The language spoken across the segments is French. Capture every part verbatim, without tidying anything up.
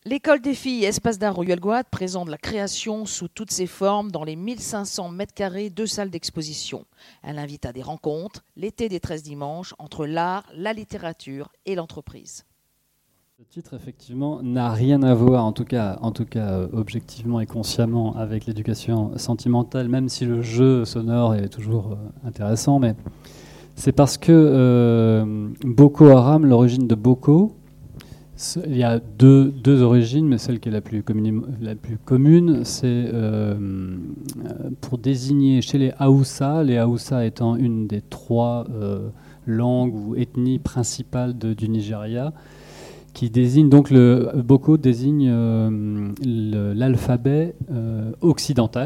L'école des filles Espace d'art Royal-Goat présente la création sous toutes ses formes dans les mille cinq cents mètres carrés de salles d'exposition. Elle invite à des rencontres, l'été des treize dimanches, entre l'art, la littérature et l'entreprise. Ce titre, effectivement, n'a rien à voir, en tout cas, en tout cas euh, objectivement et consciemment, avec l'éducation sentimentale, même si le jeu sonore est toujours euh, intéressant. Mais c'est parce que euh, Boko Haram, l'origine de Boko, il y a deux, deux origines, mais celle qui est la plus commune, la plus commune c'est euh, pour désigner chez les Haoussa, les Haoussa étant une des trois euh, langues ou ethnies principales de, du Nigeria, qui désigne donc le Boko désigne euh, le, l'alphabet euh, occidental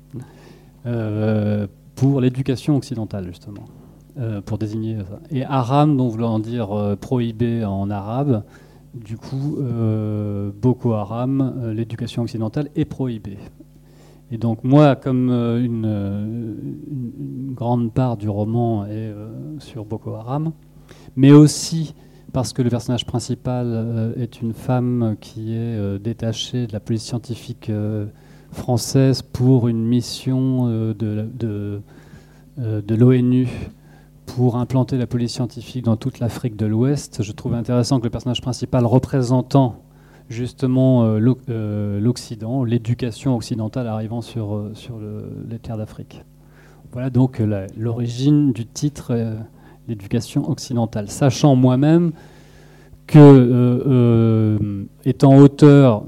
euh, pour l'éducation occidentale justement, euh, pour désigner ça. Et Haram, dont voulant dire euh, prohibé en arabe. Du coup, euh, Boko Haram, euh, l'éducation occidentale est prohibée. Et donc moi, comme euh, une, une, une grande part du roman est euh, sur Boko Haram, mais aussi parce que le personnage principal euh, est une femme qui est euh, détachée de la police scientifique euh, française pour une mission euh, de, de, euh, de l'ONU pour implanter la police scientifique dans toute l'Afrique de l'Ouest. Je trouve intéressant que le personnage principal représentant justement euh, l'Occident, l'éducation occidentale arrivant sur, euh, sur le, les terres d'Afrique. Voilà donc la, l'origine du titre, euh, l'éducation occidentale. Sachant moi-même que, euh, euh, étant auteur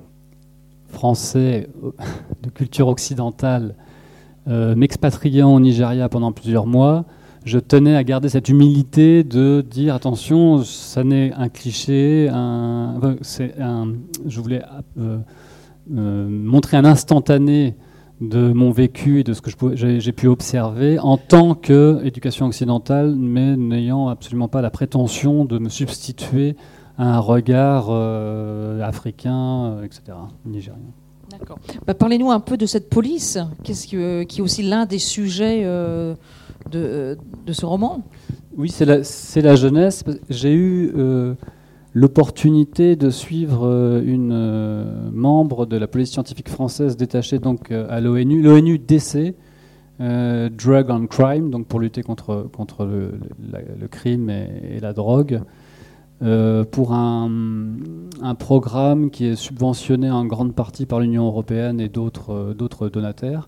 français de culture occidentale, euh, m'expatriant au Nigeria pendant plusieurs mois, je tenais à garder cette humilité de dire attention, ça n'est un cliché, un, c'est un, je voulais euh, euh, montrer un instantané de mon vécu et de ce que je pouvais, j'ai, j'ai pu observer en tant qu'éducation occidentale, mais n'ayant absolument pas la prétention de me substituer à un regard euh, africain, euh, et cetera, nigérien. D'accord. Bah, parlez-nous un peu de cette police, qu'est-ce que, qui est aussi l'un des sujets euh, de, de ce roman. Oui, c'est la, c'est la jeunesse. J'ai eu euh, l'opportunité de suivre euh, une euh, membre de la police scientifique française détachée donc, euh, à l'ONU, l'ONU D C, euh, Drug on Crime, donc pour lutter contre, contre le, le, le crime et, et la drogue, euh, pour un, un programme qui est subventionné en grande partie par l'Union européenne et d'autres, euh, d'autres donataires.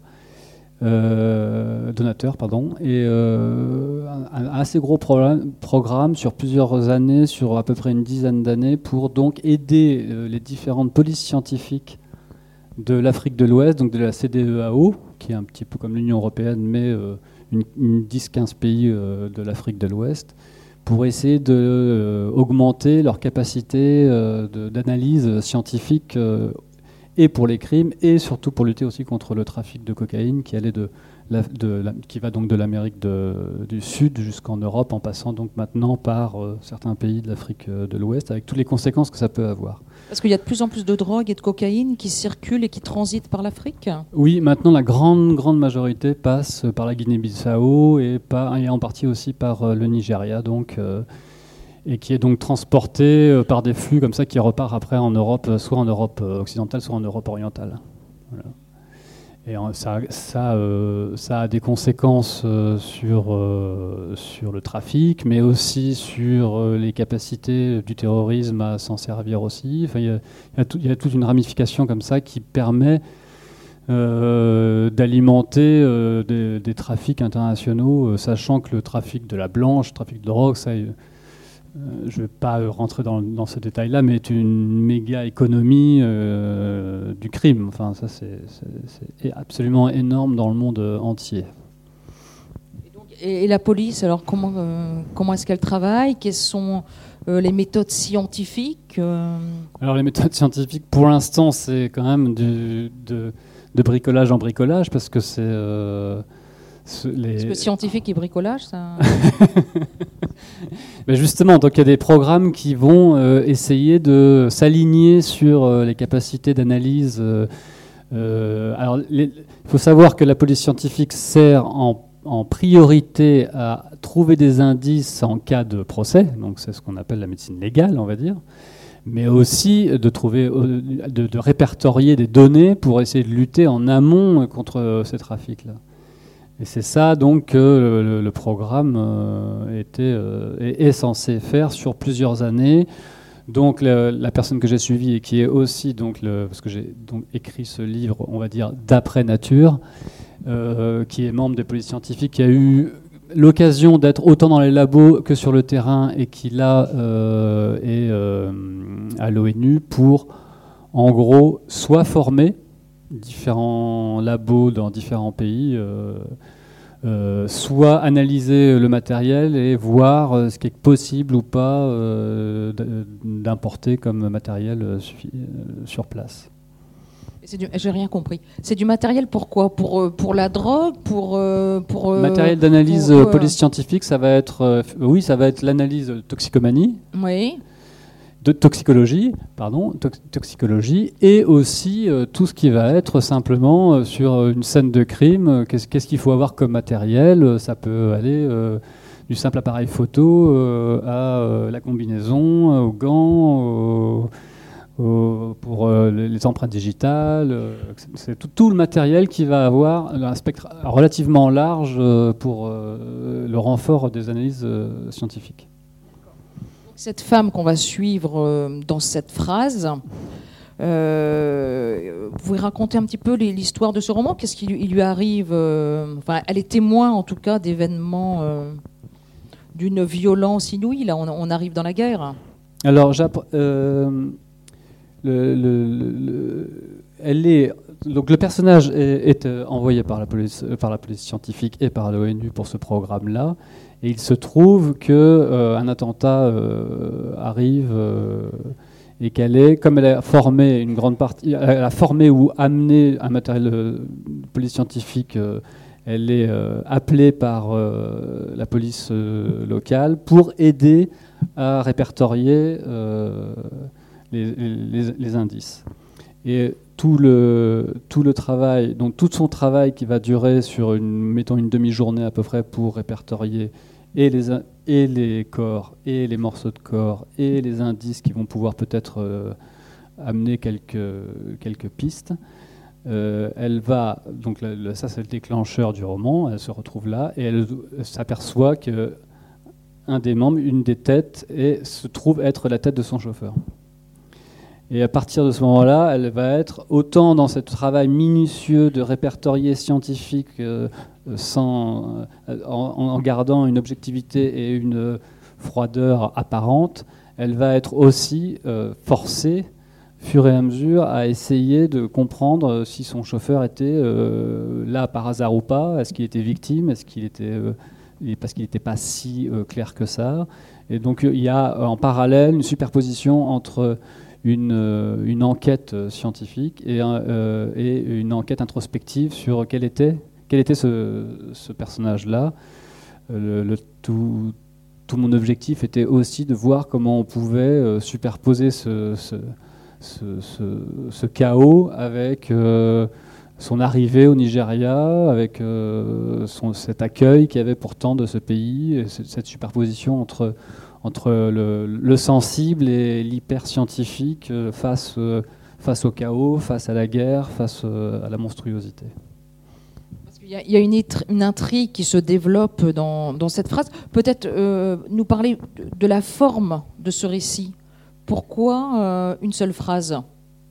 Euh, donateurs, pardon, et euh, un, un assez gros programme, programme sur plusieurs années, sur à peu près une dizaine d'années, pour donc aider euh, les différentes polices scientifiques de l'Afrique de l'Ouest, donc de la C D E A O, qui est un petit peu comme l'Union européenne, mais euh, une, une dix à quinze pays euh, de l'Afrique de l'Ouest, pour essayer d'augmenter euh, leur capacité euh, de, d'analyse scientifique euh, et pour les crimes, et surtout pour lutter aussi contre le trafic de cocaïne qui, allait de la, de la, qui va donc de l'Amérique de, du Sud jusqu'en Europe, en passant donc maintenant par euh, certains pays de l'Afrique de l'Ouest, avec toutes les conséquences que ça peut avoir. Parce qu'il y a de plus en plus de drogue et de cocaïne qui circulent et qui transitent par l'Afrique. Oui, maintenant la grande, grande majorité passe par la Guinée-Bissau et, par, et en partie aussi par euh, le Nigeria, donc... Euh, et qui est donc transporté par des flux comme ça qui repart après en Europe, soit en Europe occidentale, soit en Europe orientale. Voilà. Et ça, ça, euh, ça a des conséquences euh, sur, euh, sur le trafic, mais aussi sur euh, les capacités du terrorisme à s'en servir aussi. Enfin, il y a, il y a tout, il y a toute une ramification comme ça qui permet euh, d'alimenter euh, des, des trafics internationaux, euh, sachant que le trafic de la blanche, le trafic de drogue, ça... Euh, je ne vais pas rentrer dans, dans ce détail-là, mais est une méga économie euh, du crime. Enfin, ça, c'est, c'est, c'est absolument énorme dans le monde entier. Et, donc, et, et la police, alors comment, euh, comment est-ce qu'elle travaille? Quelles sont euh, les méthodes scientifiques euh... Alors, les méthodes scientifiques, pour l'instant, c'est quand même du, de, de bricolage en bricolage, parce que c'est... Euh, Les... Parce que scientifique et bricolage, ça... Mais justement, donc il y a des programmes qui vont euh, essayer de s'aligner sur euh, les capacités d'analyse. Euh, euh, alors, il faut savoir que la police scientifique sert en, en priorité à trouver des indices en cas de procès, donc c'est ce qu'on appelle la médecine légale, on va dire. mais aussi de trouver, de, de répertorier des données pour essayer de lutter en amont contre ces trafics-là. Et c'est ça donc que le, le programme euh, était, euh, est, est censé faire sur plusieurs années. Donc le, la personne que j'ai suivie et qui est aussi donc le, parce que j'ai donc écrit ce livre, on va dire d'après nature, euh, qui est membre des polices scientifiques, qui a eu l'occasion d'être autant dans les labos que sur le terrain et qui là euh, est euh, à l'ONU pour en gros soit former différents labos dans différents pays, euh, euh, soit analyser le matériel et voir euh, ce qui est possible ou pas euh, d'importer comme matériel euh, sur place. J'ai rien compris. C'est du matériel pour quoi ? Pour, pour la drogue, pour, pour matériel d'analyse pour, euh, police scientifique, ça va être euh, oui, ça va être l'analyse de toxicomanie. Oui. De toxicologie, pardon, tox toxicologie, et aussi euh, tout ce qui va être simplement euh, sur une scène de crime. Euh, Qu'est-ce qu'est-ce qu'il faut avoir comme matériel ? Ça peut aller euh, du simple appareil photo euh, à euh, la combinaison, euh, aux gants, aux, aux, pour euh, les empreintes digitales. Euh, C'est tout, tout le matériel qui va avoir un spectre relativement large euh, pour euh, le renfort des analyses euh, scientifiques. Cette femme qu'on va suivre euh, dans cette phrase, euh, vous pouvez raconter un petit peu l'histoire de ce roman ? Qu'est-ce qui lui, il lui arrive euh, enfin, elle est témoin en tout cas d'événements euh, d'une violence inouïe. Là, on, on arrive dans la guerre. Alors, euh, le, le, le, elle est, donc le personnage est, est envoyé par la police, par la police scientifique et par l'ONU pour ce programme-là. Et il se trouve qu'un euh, attentat euh, arrive euh, et qu'elle est, comme elle a formé une grande partie, elle a formé ou amené un matériel de police scientifique, euh, elle est euh, appelée par euh, la police euh, locale pour aider à répertorier euh, les, les, les indices. Et tout le, tout le travail, donc tout son travail qui va durer sur une, mettons une demi-journée à peu près pour répertorier et les, et les corps, et les morceaux de corps, et les indices qui vont pouvoir peut-être euh, amener quelques, quelques pistes. Euh, elle va, donc le, le, ça c'est le déclencheur du roman, elle se retrouve là, et elle, elle s'aperçoit qu'un des membres, une des têtes, et, se trouve être la tête de son chauffeur. Et à partir de ce moment-là, elle va être autant dans ce travail minutieux de répertorier scientifique euh, sans, euh, en, en gardant une objectivité et une froideur apparente, elle va être aussi euh, forcée, fur et à mesure, à essayer de comprendre si son chauffeur était euh, là par hasard ou pas, est-ce qu'il était victime, est-ce qu'il était, euh, parce qu'il n'était pas si euh, clair que ça. Et donc il y a en parallèle une superposition entre Une, une enquête scientifique et, euh, et une enquête introspective sur quel était, quel était ce, ce personnage-là. Le, le, tout, tout mon objectif était aussi de voir comment on pouvait euh, superposer ce, ce, ce, ce, ce chaos avec euh, son arrivée au Nigeria, avec euh, son, cet accueil qu'il y avait pourtant de ce pays, et cette superposition entre entre le, le sensible et l'hyper-scientifique face, euh, face au chaos, face à la guerre, face euh, à la monstruosité. Parce qu'il y a, il y a une, une intrigue qui se développe dans, dans cette phrase. Peut-être euh, nous parler de la forme de ce récit. Pourquoi euh, une seule phrase ?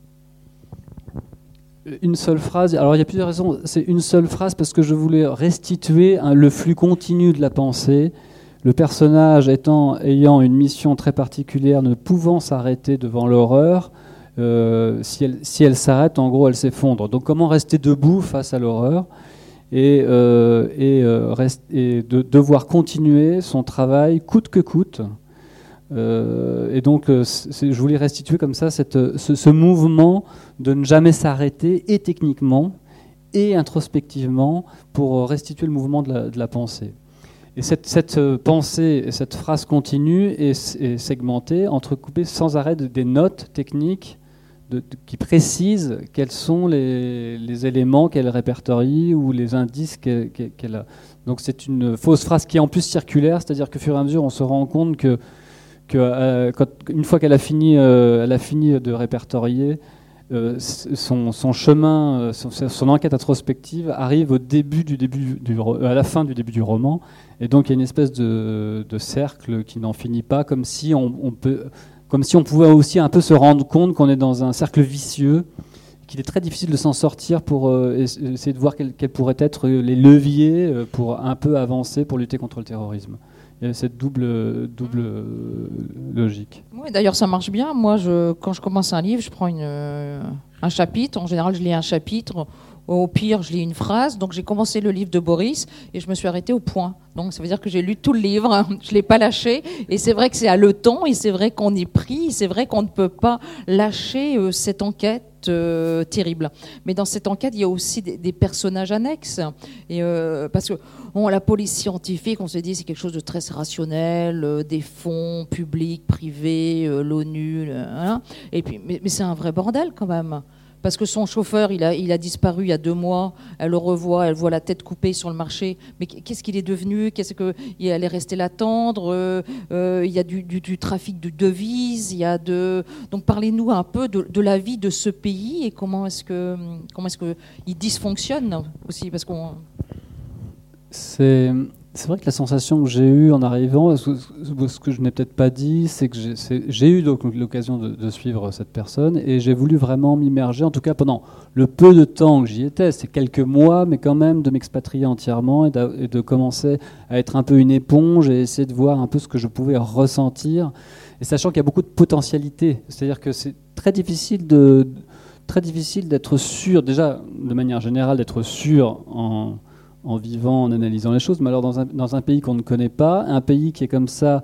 Une seule phrase. Alors il y a plusieurs raisons. C'est une seule phrase parce que je voulais restituer hein, le flux continu de la pensée. Le personnage étant, ayant une mission très particulière, ne pouvant s'arrêter devant l'horreur, euh, si elle, si elle s'arrête, en gros, elle s'effondre. Donc comment rester debout face à l'horreur et, euh, et, euh, reste, et de devoir continuer son travail coûte que coûte. Euh, et donc c'est, je voulais restituer comme ça cette, ce, ce mouvement de ne jamais s'arrêter, et techniquement, et introspectivement, pour restituer le mouvement de la, de la pensée. Et cette, cette pensée, cette phrase continue est, est segmentée, entrecoupée sans arrêt de, des notes techniques de, de, qui précisent quels sont les, les éléments qu'elle répertorie ou les indices qu'elle, qu'elle a. Donc c'est une fausse phrase qui est en plus circulaire, c'est-à-dire que, au fur et à mesure, on se rend compte que que euh, quand, une fois qu'elle a fini, euh, elle a fini de répertorier, euh, son, son chemin, euh, son, son enquête introspective arrive au début du début du, à la fin du début du roman, et donc il y a une espèce de, de cercle qui n'en finit pas, comme si on, on peut, comme si on pouvait aussi un peu se rendre compte qu'on est dans un cercle vicieux, qu'il est très difficile de s'en sortir pour euh, essayer de voir quels, quels pourraient être les leviers pour un peu avancer pour lutter contre le terrorisme. Il y a cette double, double logique. Oui, d'ailleurs, ça marche bien. Moi, je, quand je commence un livre, je prends une, euh, un chapitre. En général, je lis un chapitre. Au pire, je lis une phrase. Donc, j'ai commencé le livre de Boris et je me suis arrêtée au point. Donc, ça veut dire que j'ai lu tout le livre. Je ne l'ai pas lâché. Et c'est vrai que c'est haletant et c'est vrai qu'on est pris. C'est vrai qu'on ne peut pas lâcher euh, cette enquête euh, terrible. Mais dans cette enquête, il y a aussi des, des personnages annexes. Et, euh, parce que bon, la police scientifique, on s'est dit, c'est quelque chose de très rationnel, euh, des fonds publics, privés, euh, l'ONU. Euh, hein. Et puis, mais, mais c'est un vrai bordel quand même. Parce que son chauffeur, il a, il a disparu il y a deux mois, elle le revoit, elle voit la tête coupée sur le marché. Mais qu'est-ce qu'il est devenu? Qu'est-ce que, elle est restée l'attendre euh, euh, Il y a du, du, du trafic de devises, il y a de... Donc parlez-nous un peu de, de la vie de ce pays et comment est-ce que, comment est-ce que il dysfonctionne aussi, parce qu'on... C'est... C'est vrai que la sensation que j'ai eue en arrivant, ce que je n'ai peut-être pas dit, c'est que j'ai, c'est, j'ai eu donc l'occasion de, de suivre cette personne et j'ai voulu vraiment m'immerger, en tout cas pendant le peu de temps que j'y étais, c'est quelques mois, mais quand même de m'expatrier entièrement et de, et de commencer à être un peu une éponge et essayer de voir un peu ce que je pouvais ressentir, et sachant qu'il y a beaucoup de potentialités, c'est-à-dire que c'est très difficile de, très difficile d'être sûr, déjà de manière générale d'être sûr en en vivant, en analysant les choses, mais alors dans un, dans un pays qu'on ne connaît pas, un pays qui est comme ça,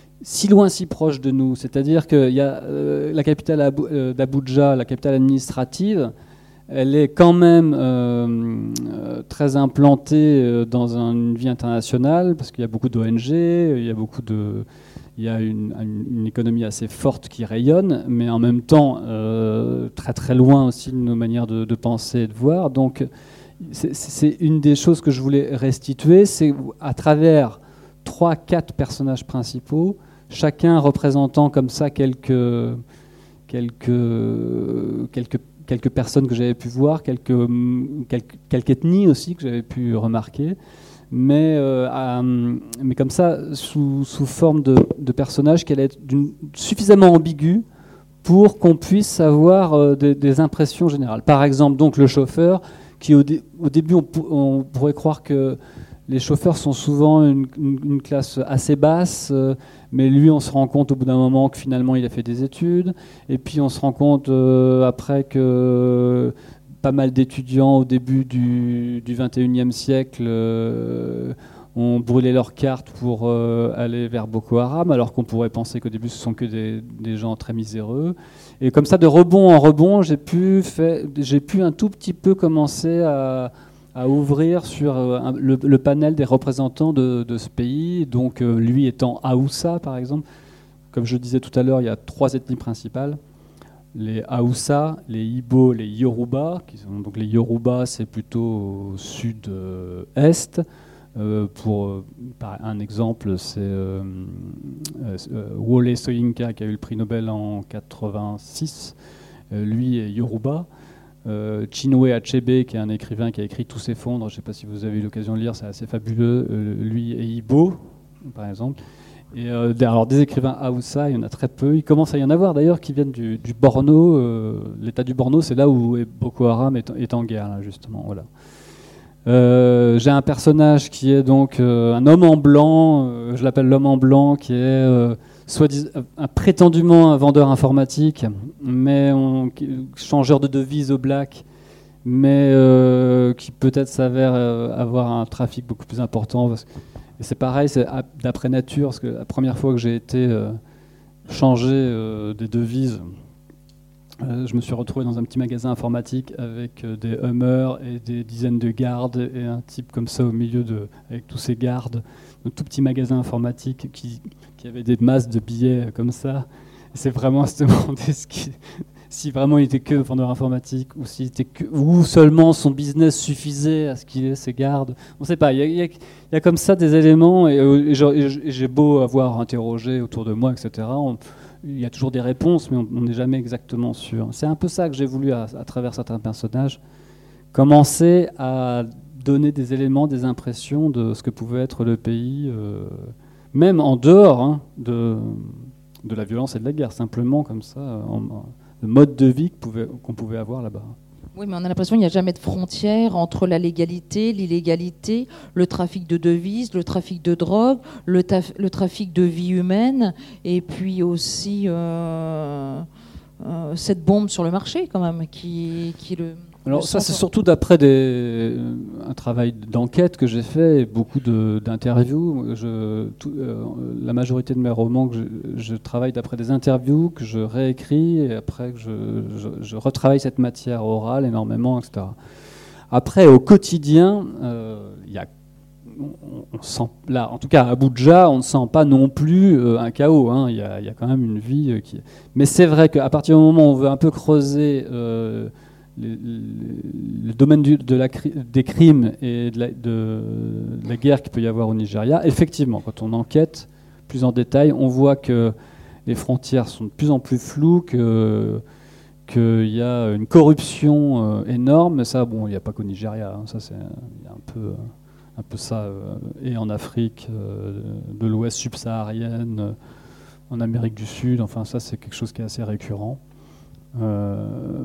si loin, si proche de nous, c'est-à-dire qu'il y a euh, la capitale Abou, euh, d'Abuja, la capitale administrative, elle est quand même euh, euh, très implantée euh, dans un, une vie internationale, parce qu'il y a beaucoup d'O N G, il y a beaucoup de... Il y a une, une, une économie assez forte qui rayonne, mais en même temps euh, très très loin aussi de nos manières de, de penser et de voir. Donc c'est, c'est une des choses que je voulais restituer, c'est à travers trois, quatre personnages principaux, chacun représentant comme ça quelques, quelques, quelques, quelques personnes que j'avais pu voir, quelques, quelques, quelques ethnies aussi que j'avais pu remarquer. Mais, euh, à, mais comme ça, sous, sous forme de, de personnages qui allaient être d'une, suffisamment ambigus pour qu'on puisse avoir euh, des, des impressions générales. Par exemple, donc, le chauffeur, qui au, dé, au début, on, on pourrait croire que les chauffeurs sont souvent une, une, une classe assez basse, euh, mais lui, on se rend compte au bout d'un moment que finalement, il a fait des études. Et puis, on se rend compte euh, après que... pas mal d'étudiants au début du, du vingt et unième siècle euh, ont brûlé leurs cartes pour euh, aller vers Boko Haram, alors qu'on pourrait penser qu'au début ce sont que des, des gens très miséreux. Et comme ça, de rebond en rebond, j'ai pu, fait, j'ai pu un tout petit peu commencer à, à ouvrir sur euh, un, le, le panel des représentants de, de ce pays, donc euh, lui étant Haoussa par exemple. Comme je disais tout à l'heure, il y a trois ethnies principales. Les Haoussa, les Ibo, les Yoruba. Qui sont, donc les Yoruba, c'est plutôt au sud-est. Euh, pour euh, un exemple, c'est euh, euh, Wole Soyinka qui a eu le prix Nobel en quatre-vingt-six. Euh, lui est Yoruba. Euh, Chinwe Achebe, qui est un écrivain qui a écrit Tout s'effondre, je ne sais pas si vous avez eu l'occasion de lire, c'est assez fabuleux. Euh, lui est Ibo, par exemple. Et euh, alors des écrivains Haoussa, il y en a très peu. Il commence à y en avoir d'ailleurs qui viennent du, du Borno. Euh, L'état du Borno, c'est là où Boko Haram est, est en guerre, là, justement. Voilà. Euh, j'ai un personnage qui est donc euh, un homme en blanc. Euh, je l'appelle l'homme en blanc, qui est euh, soit dis, un, prétendument un vendeur informatique, mais on, changeur de devises au black, mais euh, qui peut-être s'avère euh, avoir un trafic beaucoup plus important. Parce que, et c'est pareil, c'est d'après nature, parce que la première fois que j'ai été euh, changé euh, des devises, euh, je me suis retrouvé dans un petit magasin informatique avec euh, des Hummers et des dizaines de gardes et un type comme ça au milieu de, avec tous ces gardes, un tout petit magasin informatique qui, qui avait des masses de billets comme ça. Et c'est vraiment à se demander ce qui, si vraiment il était que vendeur informatique ou si était que, ou seulement son business suffisait à ce qu'il ait ses gardes. On ne sait pas. Il y, y, y a comme ça des éléments et, et, et j'ai beau avoir interrogé autour de moi, et cetera. On, il y a toujours des réponses, mais on n'est jamais exactement sûr. C'est un peu ça que j'ai voulu, à, à travers certains personnages, commencer à donner des éléments, des impressions de ce que pouvait être le pays, euh, même en dehors hein, de, de la violence et de la guerre, simplement comme ça, en, le mode de vie qu'on pouvait, qu'on pouvait avoir là-bas. Oui, mais on a l'impression qu'il n'y a jamais de frontière entre la légalité, l'illégalité, le trafic de devises, le trafic de drogue, le, taf- le trafic de vie humaine, et puis aussi euh, euh, cette bombe sur le marché, quand même, qui, qui le... Alors ça, c'est surtout d'après des, un travail d'enquête que j'ai fait, et beaucoup de, d'interviews. Je, tout, euh, la majorité de mes romans, que je, je travaille d'après des interviews que je réécris, et après que je, je, je retravaille cette matière orale énormément, et cetera. Après, au quotidien, euh, y a, on, on sent, là, en tout cas à Abuja, on ne sent pas non plus euh, un chaos. Hein. Il y a, y a quand même une vie euh, qui... Mais c'est vrai qu'à partir du moment où on veut un peu creuser... Euh, Le, le, le domaine du, de la, des crimes et de la, de, de la guerre qu'il peut y avoir au Nigeria, effectivement, quand on enquête plus en détail, on voit que les frontières sont de plus en plus floues, que, qu'il y a une corruption euh, énorme, mais ça, bon, il n'y a pas qu'au Nigeria, hein, ça c'est il y a un peu, un peu ça, euh, et en Afrique euh, de l'Ouest subsaharienne, euh, en Amérique du Sud, enfin ça c'est quelque chose qui est assez récurrent. Euh,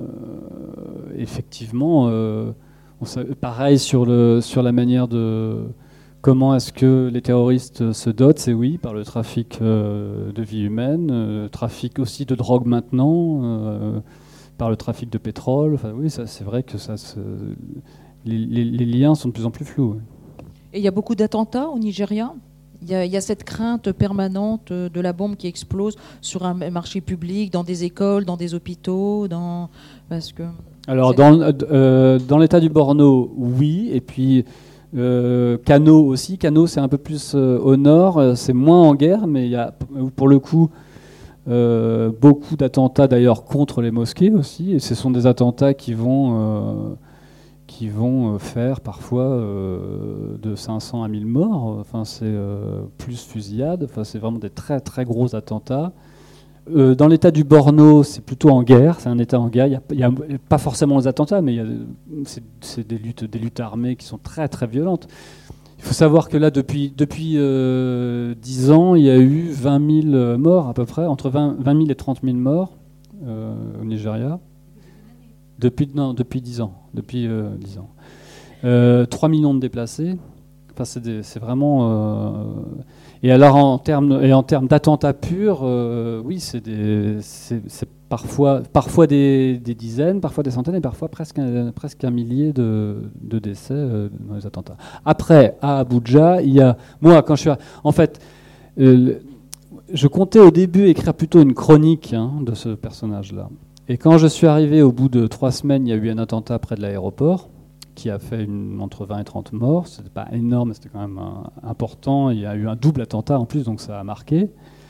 effectivement, euh, on sait, pareil sur, le, sur la manière de comment est-ce que les terroristes se dotent, c'est oui, par le trafic euh, de vie humaine, euh, trafic aussi de drogue maintenant, euh, par le trafic de pétrole. Enfin, oui, ça, c'est vrai que ça se, les, les, les liens sont de plus en plus flous. Et il y a beaucoup d'attentats au Nigeria ? Il y, a, il y a cette crainte permanente de la bombe qui explose sur un marché public, dans des écoles, dans des hôpitaux, dans... Parce que Alors, dans, euh, dans l'état du Borno, oui, et puis euh, Kano aussi. Kano, c'est un peu plus euh, au nord, c'est moins en guerre, mais il y a pour le coup euh, beaucoup d'attentats d'ailleurs contre les mosquées aussi, et ce sont des attentats qui vont... Euh, qui vont faire parfois euh, de cinq cents à mille morts. Enfin, c'est euh, plus fusillade. Enfin, c'est vraiment des très très gros attentats. Euh, dans l'état du Borno, c'est plutôt en guerre. C'est un état en guerre. Il n'y a, a pas forcément les attentats, mais il y a, c'est, c'est des luttes, des luttes armées qui sont très très violentes. Il faut savoir que là, depuis depuis euh, dix ans, il y a eu vingt mille morts à peu près, entre vingt mille et trente mille morts euh, au Nigeria. Depuis, non, depuis dix ans. Depuis euh, dix ans. Euh, trois millions de déplacés. Enfin, c'est, des, c'est vraiment... Euh, et alors, en termes, et en termes d'attentats purs, euh, oui, c'est, des, c'est, c'est parfois, parfois des, des dizaines, parfois des centaines, et parfois presque un, presque un millier de, de décès euh, dans les attentats. Après, à Abuja, il y a... Moi, quand je suis... En fait... Euh, je comptais au début écrire plutôt une chronique hein, de ce personnage-là. Et quand je suis arrivé, au bout de trois semaines, il y a eu un attentat près de l'aéroport qui a fait une, entre vingt et trente morts. C'était pas énorme, c'était quand même un, important. Il y a eu un double attentat en plus, donc ça a marqué.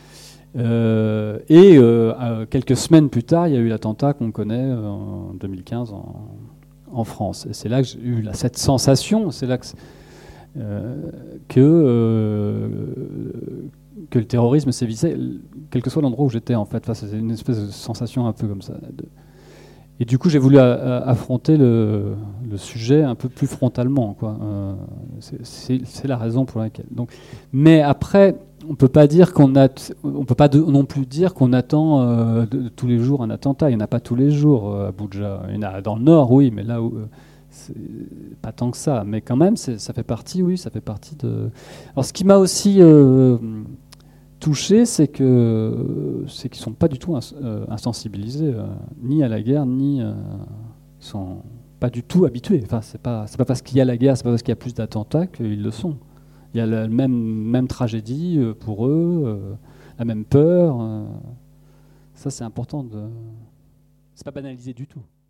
Euh, et euh, quelques semaines plus tard, il y a eu l'attentat qu'on connaît en deux mille quinze en, en France. Et c'est là que j'ai eu là, cette sensation, c'est là que, euh, que, euh, que le terrorisme sévissait, quel que soit l'endroit où j'étais en fait. Enfin, c'est une espèce de sensation un peu comme ça. De... Et du coup, j'ai voulu a, a, affronter le, le sujet un peu plus frontalement, quoi. Euh, c'est, c'est, c'est la raison pour laquelle. Donc, mais après, on peut pas dire qu'on a, on peut pas de, non plus dire qu'on attend euh, de, de, tous les jours un attentat. Il y en a pas tous les jours euh, à Abuja. Il y en a dans le nord, oui, mais là où euh, c'est pas tant que ça. Mais quand même, c'est, ça fait partie, oui, ça fait partie de. Alors, ce qui m'a aussi euh, touché, c'est que c'est qu'ils sont pas du tout ins, euh, insensibilisés euh, ni à la guerre, ni euh, ils sont pas du tout habitués. Enfin, c'est pas c'est pas parce qu'il y a la guerre, c'est pas parce qu'il y a plus d'attentats qu'ils le sont. Il y a la même même tragédie pour eux, euh, la même peur. Euh, ça, c'est important de. C'est pas banalisé du tout.